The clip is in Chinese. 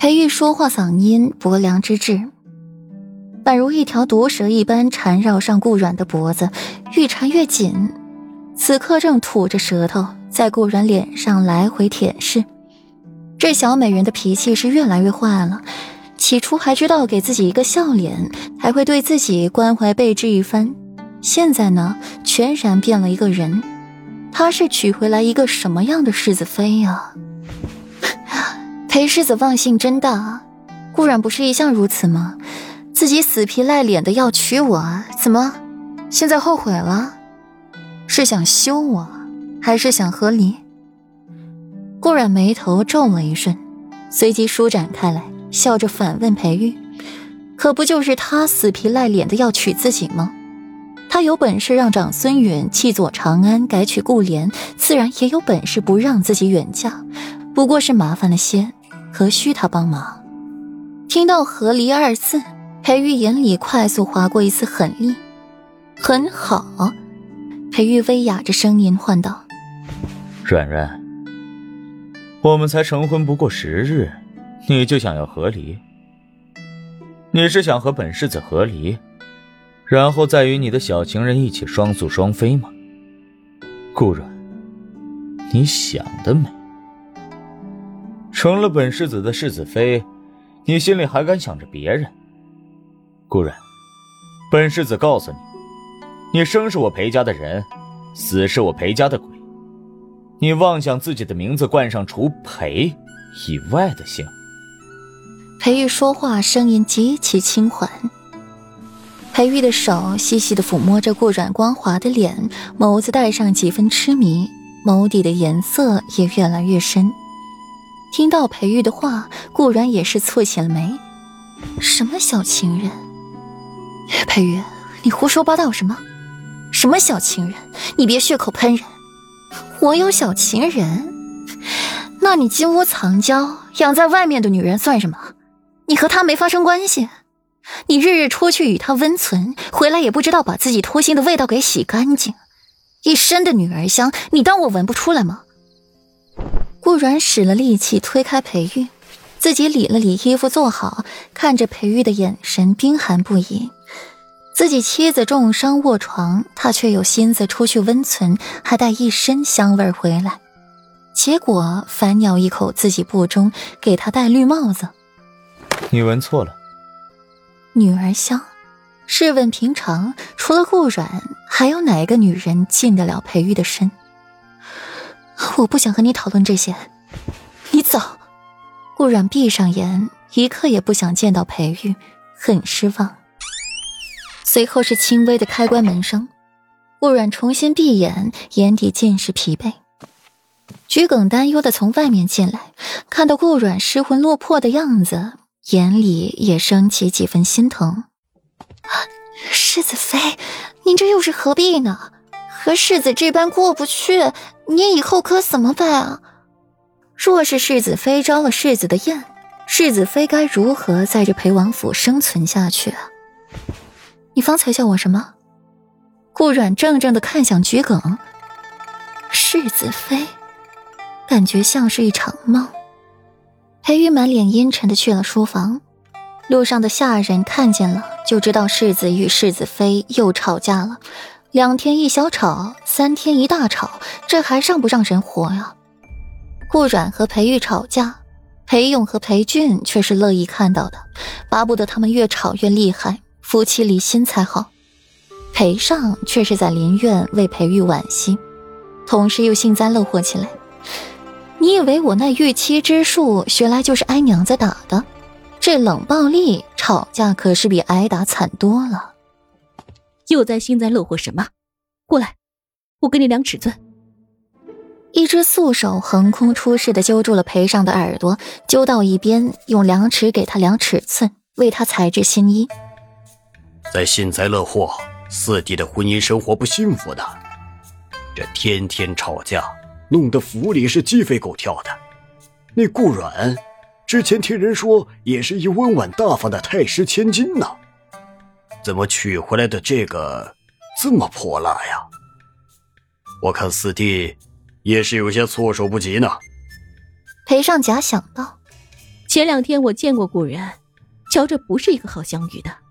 裴玉说话嗓音薄凉之至，宛如一条毒蛇一般缠绕上顾阮的脖子，越缠越紧。此刻正吐着舌头在顾阮脸上来回舔舐。这小美人的脾气是越来越坏了，起初还知道给自己一个笑脸，还会对自己关怀备至一番，现在呢，全然变了一个人。她是娶回来一个什么样的世子妃呀？裴世子忘性真大，顾阮不是一向如此吗？自己死皮赖脸的要娶我，怎么现在后悔了？是想休我，还是想和离？顾阮眉头皱了一瞬，随即舒展开来，笑着反问裴玉：可不就是他死皮赖脸的要娶自己吗？他有本事让长孙允弃左长安改娶顾怜，自然也有本事不让自己远嫁，不过是麻烦了些，何须他帮忙？听到和离二字，裴玉眼里快速划过一丝狠厉。很好，裴玉微哑着声音唤道： 阮阮，我们才成婚不过10日，你就想要和离？你是想和本世子和离，然后再与你的小情人一起双宿双飞吗？顾阮，你想得美！成了本世子的世子妃，你心里还敢想着别人？顾阮，本世子告诉你，你生是我裴家的人，死是我裴家的鬼。你妄想自己的名字冠上除裴以外的姓。 裴玉说话声音极其轻缓。裴玉的手细细地抚摸着顾阮光滑的脸，眸子带上几分痴迷，眸底的颜色也越来越深。听到裴玉的话，顾阮也是蹙起了眉。什么小情人？裴玉，你胡说八道什么？什么小情人？你别血口喷人。我有小情人？那你金屋藏娇养在外面的女人算什么？你和她没发生关系，你日日出去与她温存，回来也不知道把自己脱心的味道给洗干净，一身的女儿香，你当我闻不出来吗？顾阮使了力气推开裴玉，自己理了理衣服坐好，看着裴玉的眼神冰寒不已。自己妻子重伤卧床，他却有心思出去温存，还带一身香味回来，结果反咬一口自己不忠，给他戴绿帽子。 你闻错了。 女儿香，试问平常除了顾阮，还有哪个女人进得了裴玉的身？我不想和你讨论这些，你走。顾阮闭上眼，一刻也不想见到裴玉，很失望。随后是轻微的开关门声，顾阮重新闭眼，眼底尽是疲惫。桔梗担忧地从外面进来，看到顾阮失魂落魄的样子，眼里也升起几分心疼。世子妃，您这又是何必呢？和世子这般过不去，您以后可怎么办啊？若是世子妃招了世子的厌，世子妃该如何在这裴王府生存下去啊？你方才叫我什么？顾阮怔怔地看向桔梗。世子妃，感觉像是一场梦。裴玉满脸阴沉地去了书房，路上的下人看见了，就知道世子与世子妃又吵架了。2天一小吵，3天一大吵，这还让不让人活呀？顾阮和裴玉吵架，裴勇和裴俊却是乐意看到的，巴不得他们越吵越厉害，夫妻离心才好。裴尚却是在林院为裴玉惋惜，同时又幸灾乐祸起来。你以为我那御妻之术学来就是挨娘子打的？这冷暴力吵架可是比挨打惨多了。 又在幸灾乐祸什么？过来，我给你量尺寸。 一只素手横空出世地揪住了裴尚的耳朵，揪到一边，用量尺给他量尺寸，为他裁制新衣。 在幸灾乐祸，四弟的婚姻生活不幸福的，这天天吵架，弄得府里是鸡飞狗跳的。那顾阮之前听人说也是一温婉大方的太师千金呢，怎么娶回来的这个这么泼辣呀？我看四弟也是有些措手不及呢。 裴尚假想道， 前2天我见过顾然，瞧着不是一个好相遇的。